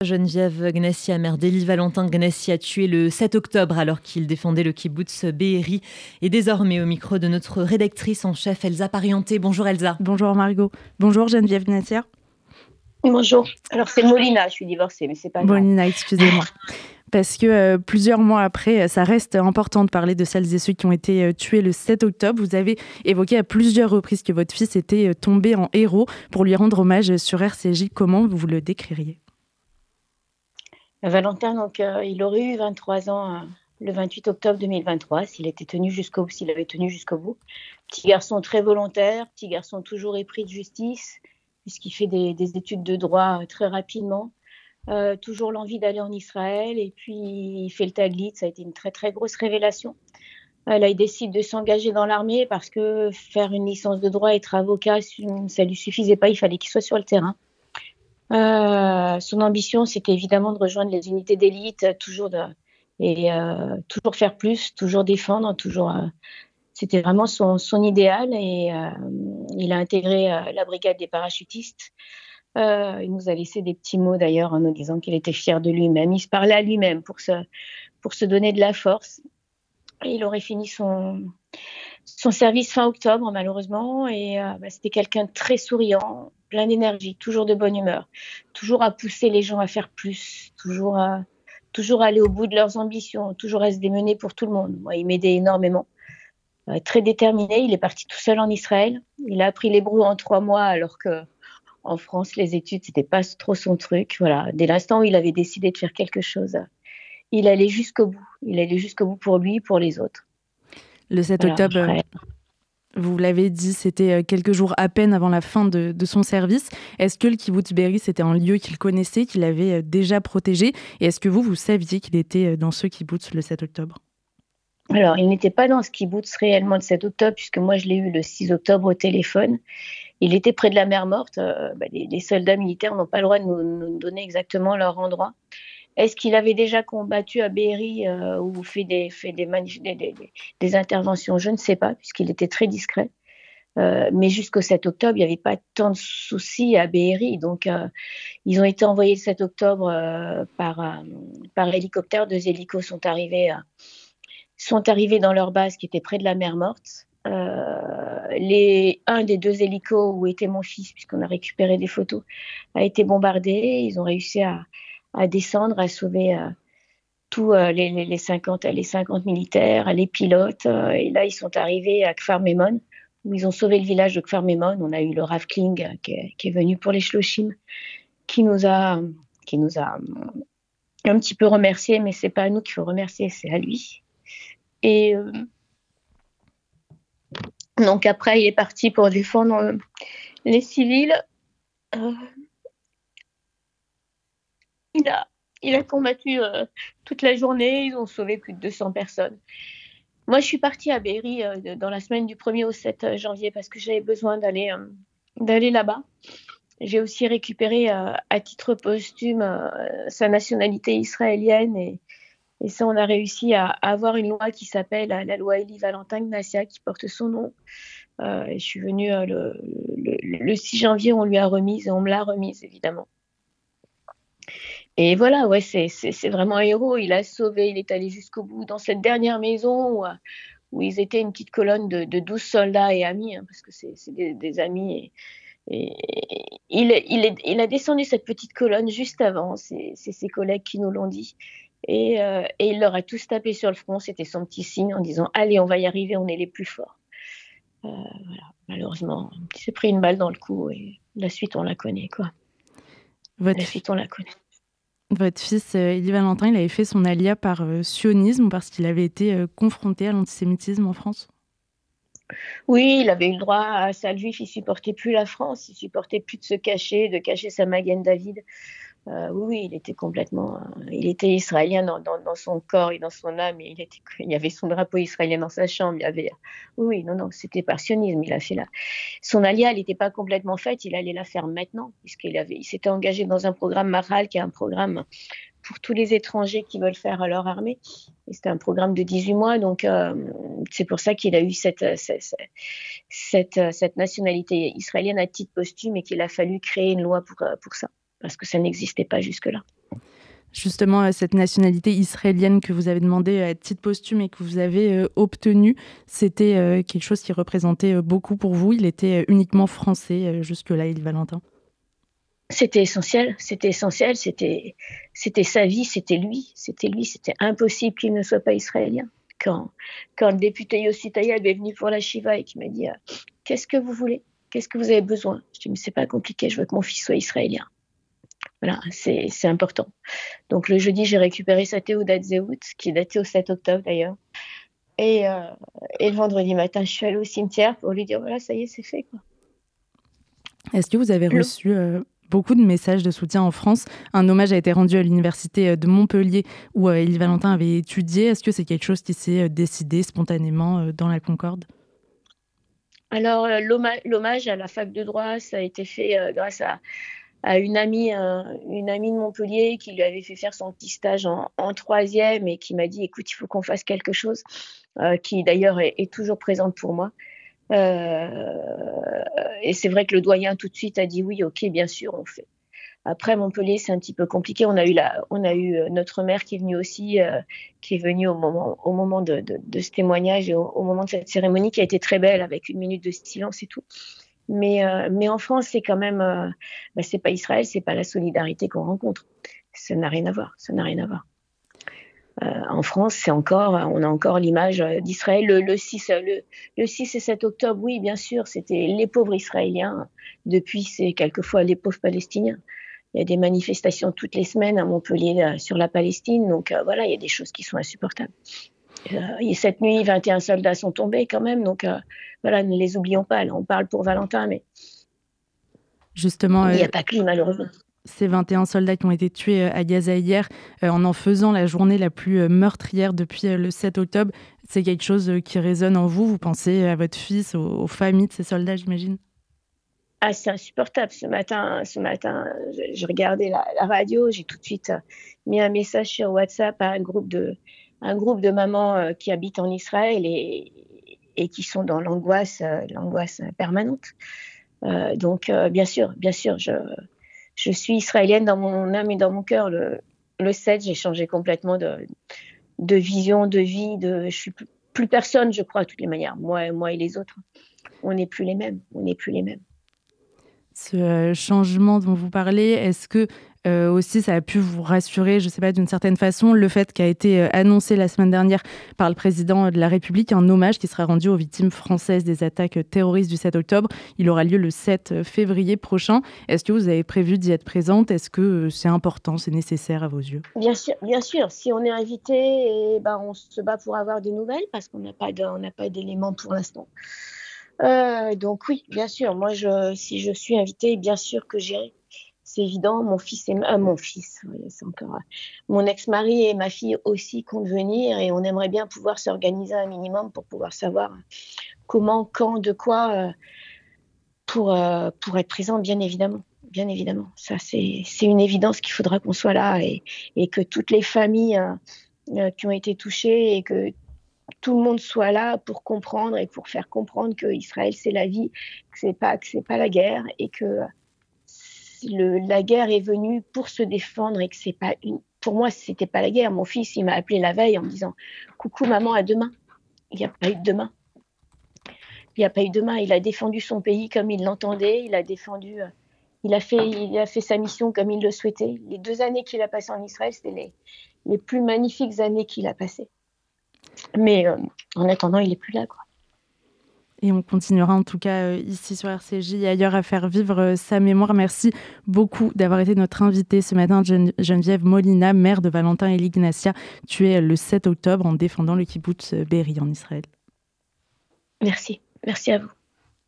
Geneviève Gnassia, mère d'Élie Valentin Gnassia, tué le 7 octobre alors qu'il défendait le kibboutz Be'eri, est désormais au micro de notre rédactrice en chef Elsa Parienté. Bonjour Elsa. Bonjour Margot. Bonjour Geneviève Gnassia. Bonjour. Alors c'est Molina, je suis divorcée, mais c'est pas grave. Molina, excusez-moi. Parce que plusieurs mois après, ça reste important de parler de celles et ceux qui ont été tués le 7 octobre. Vous avez évoqué à plusieurs reprises que votre fils était tombé en héros. Pour lui rendre hommage sur RCJ, comment vous le décririez ? Valentin, donc, il aurait eu 23 ans le 28 octobre 2023, s'il avait tenu jusqu'au bout. Petit garçon très volontaire, petit garçon toujours épris de justice, puisqu'il fait des études de droit très rapidement. Toujours l'envie d'aller en Israël, et puis il fait le Taglit. Ça a été une très très grosse révélation. Là, il décide de s'engager dans l'armée parce que faire une licence de droit et être avocat, ça lui suffisait pas, il fallait qu'il soit sur le terrain. Son ambition, c'était évidemment de rejoindre les unités d'élite, toujours faire plus, toujours défendre, c'était vraiment son idéal, et il a intégré la brigade des parachutistes. Il nous a laissé des petits mots d'ailleurs en nous disant qu'il était fier de lui-même. Il se parlait à lui-même pour se donner de la force. Et il aurait fini son service fin octobre, malheureusement, et c'était quelqu'un de très souriant, plein d'énergie, toujours de bonne humeur, toujours à pousser les gens à faire plus, toujours à aller au bout de leurs ambitions, toujours à se démener pour tout le monde. Moi, il m'aidait énormément. Très déterminé, il est parti tout seul en Israël. Il a appris l'hébreu en 3 mois, alors que en France, les études, c'était pas trop son truc. Voilà. Dès l'instant où il avait décidé de faire quelque chose, il allait jusqu'au bout. Il allait jusqu'au bout pour lui, pour les autres. Le 7 octobre, vous l'avez dit, c'était quelques jours à peine avant la fin de son service. Est-ce que le kibboutz Be'eri, c'était un lieu qu'il connaissait, qu'il avait déjà protégé ? Et est-ce que vous saviez qu'il était dans ce kibboutz le 7 octobre ? Alors, il n'était pas dans ce kibboutz réellement le 7 octobre, puisque moi, je l'ai eu le 6 octobre au téléphone. Il était près de la mer Morte. Les soldats militaires n'ont pas le droit de nous donner exactement leur endroit. Est-ce qu'il avait déjà combattu à Be'eri ou fait des interventions ? Je ne sais pas, puisqu'il était très discret. Mais jusqu'au 7 octobre, il n'y avait pas tant de soucis à Be'eri. Donc, ils ont été envoyés le 7 octobre par hélicoptère. 2 hélicos sont arrivés dans leur base qui était près de la mer Morte. Un des 2 hélicos où était mon fils, puisqu'on a récupéré des photos, a été bombardé. Ils ont réussi à descendre, à sauver tous les 50 militaires, les pilotes. Et là, ils sont arrivés à Kfar Memon, où ils ont sauvé le village de Kfar Memon. On a eu le Rav Kling qui est venu pour les Shloshim, qui nous a un petit peu remercié, mais c'est pas à nous qu'il faut remercier, c'est à lui. Et donc après, il est parti pour défendre les civils. Il a combattu toute la journée. Ils ont sauvé plus de 200 personnes. Moi, je suis partie à Be'eri dans la semaine du 1er au 7 janvier parce que j'avais besoin d'aller là-bas. J'ai aussi récupéré à titre posthume sa nationalité israélienne, et ça, on a réussi à avoir une loi qui s'appelle la loi Élie Valentin Gnassia, qui porte son nom. Et je suis venue le 6 janvier, on lui a remise, et on me l'a remise, évidemment. Et voilà, ouais, c'est vraiment un héros. Il a sauvé, il est allé jusqu'au bout dans cette dernière maison où ils étaient une petite colonne de 12 soldats et amis, parce que c'est des amis. Et il a descendu cette petite colonne juste avant, c'est ses collègues qui nous l'ont dit. Et il leur a tous tapé sur le front, c'était son petit signe en disant « Allez, on va y arriver, on est les plus forts ». Voilà. Malheureusement, il s'est pris une balle dans le cou, et la suite, on la connaît, quoi. Votre fils, Élie Valentin, il avait fait son alia par sionisme, parce qu'il avait été confronté à l'antisémitisme en France ? Oui, il avait eu le droit à sa juif, il supportait plus la France, il supportait plus de cacher sa Magen David. Oui, il était israélien dans son corps et dans son âme. Il y avait son drapeau israélien dans sa chambre. C'était par sionisme. Il a fait son alia, elle n'était pas complètement faite. Il allait la faire maintenant, il s'était engagé dans un programme Maral, qui est un programme pour tous les étrangers qui veulent faire leur armée. Et c'était un programme de 18 mois, donc c'est pour ça qu'il a eu cette nationalité israélienne à titre posthume, et qu'il a fallu créer une loi pour ça. parce que ça n'existait pas jusque-là. Justement, cette nationalité israélienne que vous avez demandé à titre posthume et que vous avez obtenue, c'était quelque chose qui représentait beaucoup pour vous. Il était uniquement français jusque-là, Élie Valentin. C'était essentiel, c'était sa vie, c'était lui, c'était impossible qu'il ne soit pas israélien. Quand le député Yossi Tayeb est venu pour la Shiva et qui m'a dit « Qu'est-ce que vous voulez ? Qu'est-ce que vous avez besoin ?» Je dis « Mais c'est pas compliqué, je veux que mon fils soit israélien. » Voilà, c'est important. Donc le jeudi, j'ai récupéré sa Théoudat Zéhout, qui est datée au 7 octobre d'ailleurs. Et le vendredi matin, je suis allée au cimetière pour lui dire « Voilà, ça y est, c'est fait. » Est-ce que vous avez reçu beaucoup de messages de soutien en France? Un hommage a été rendu à l'université de Montpellier où Élie Valentin avait étudié. Est-ce que c'est quelque chose qui s'est décidé spontanément dans la Concorde? Alors, l'hommage à la fac de droit, ça a été fait grâce à une amie de Montpellier qui lui avait fait faire son petit stage en troisième et qui m'a dit « Écoute, il faut qu'on fasse quelque chose », qui d'ailleurs est toujours présente pour moi. Et c'est vrai que le doyen tout de suite a dit oui, ok, bien sûr, on fait. Après Montpellier, c'est un petit peu compliqué. On a eu notre maire qui est venue aussi, qui est venue au moment de ce témoignage et au moment de cette cérémonie qui a été très belle avec 1 minute de silence et tout. Mais en France, c'est quand même, c'est pas Israël, c'est pas la solidarité qu'on rencontre. Ça n'a rien à voir. En France, on a encore l'image d'Israël. Le 6 et 7 octobre, oui, bien sûr, c'était les pauvres Israéliens. Depuis, c'est quelquefois les pauvres Palestiniens. Il y a des manifestations toutes les semaines à Montpellier sur la Palestine. Donc voilà, il y a des choses qui sont insupportables. Et cette nuit, 21 soldats sont tombés quand même. Donc voilà, ne les oublions pas. Là, on parle pour Valentin, mais justement, il n'y a pas que lui, malheureusement. Ces 21 soldats qui ont été tués à Gaza hier, en faisant la journée la plus meurtrière depuis le 7 octobre, c'est quelque chose qui résonne en vous? Vous pensez à votre fils, aux familles de ces soldats, j'imagine? Ah, c'est insupportable. Ce matin, je regardais la radio, j'ai tout de suite mis un message sur WhatsApp à un groupe de mamans qui habitent en Israël et qui sont dans l'angoisse permanente. Donc, bien sûr, je suis israélienne dans mon âme et dans mon cœur. Le 7, j'ai changé complètement de vision, de vie. Je suis plus personne, je crois, de toutes les manières. Moi et les autres, on n'est plus les mêmes. Ce changement dont vous parlez, est-ce que aussi ça a pu vous rassurer, je ne sais pas, d'une certaine façon, le fait qu'a été annoncé la semaine dernière par le président de la République un hommage qui sera rendu aux victimes françaises des attaques terroristes du 7 octobre. Il aura lieu le 7 février prochain. Est-ce que vous avez prévu d'y être présente? Est-ce que c'est important, c'est nécessaire à vos yeux? Bien sûr. Si on est invité, on se bat pour avoir des nouvelles parce qu'on n'a pas d'éléments pour l'instant. Donc oui, bien sûr. Moi, si je suis invitée, bien sûr que j'irai. C'est évident. Mon fils, c'est encore mon ex-mari et ma fille aussi comptent venir et on aimerait bien pouvoir s'organiser un minimum pour pouvoir savoir comment, quand, de quoi, pour être présent, bien évidemment. Ça, c'est une évidence qu'il faudra qu'on soit là et que toutes les familles qui ont été touchées et que tout le monde soit là pour comprendre et pour faire comprendre que Israël c'est la vie, que c'est pas la guerre et que la guerre est venue pour se défendre et que c'est pas pour moi c'était pas la guerre. Mon fils il m'a appelé la veille en me disant coucou maman, à demain. Il n'y a pas eu de demain. Il a défendu son pays comme il l'entendait. Il a fait sa mission comme il le souhaitait. Les 2 années qu'il a passées en Israël, c'était les plus magnifiques années qu'il a passées. Mais en attendant, il n'est plus là, quoi. Et on continuera en tout cas ici sur RCJ et ailleurs à faire vivre sa mémoire. Merci beaucoup d'avoir été notre invitée ce matin, Geneviève Molina, mère de Valentin Elie Gnassia, tuée le 7 octobre en défendant le kibboutz Be'eri en Israël. Merci à vous.